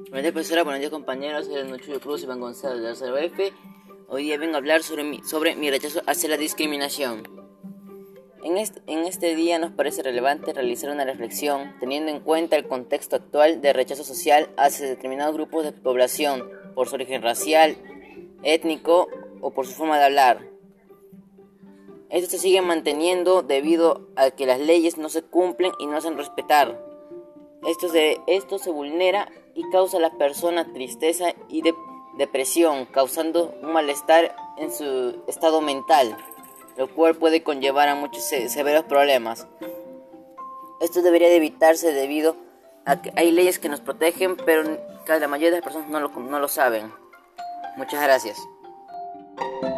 Buenos días, profesora. Buenos días, compañeros. Soy Nuchuyo Cruz Iván González de la 0F. Hoy día vengo a hablar sobre mi rechazo hacia la discriminación. En este día nos parece relevante realizar una reflexión teniendo en cuenta el contexto actual de rechazo social hacia determinados grupos de población por su origen racial, étnico o por su forma de hablar. Esto se sigue manteniendo debido a que las leyes no se cumplen y no se hacen respetar. Esto se vulnera y causa a la persona tristeza y depresión, causando un malestar en su estado mental, lo cual puede conllevar a muchos severos problemas. Esto debería de evitarse debido a que hay leyes que nos protegen, pero la mayoría de las personas no lo saben. Muchas gracias.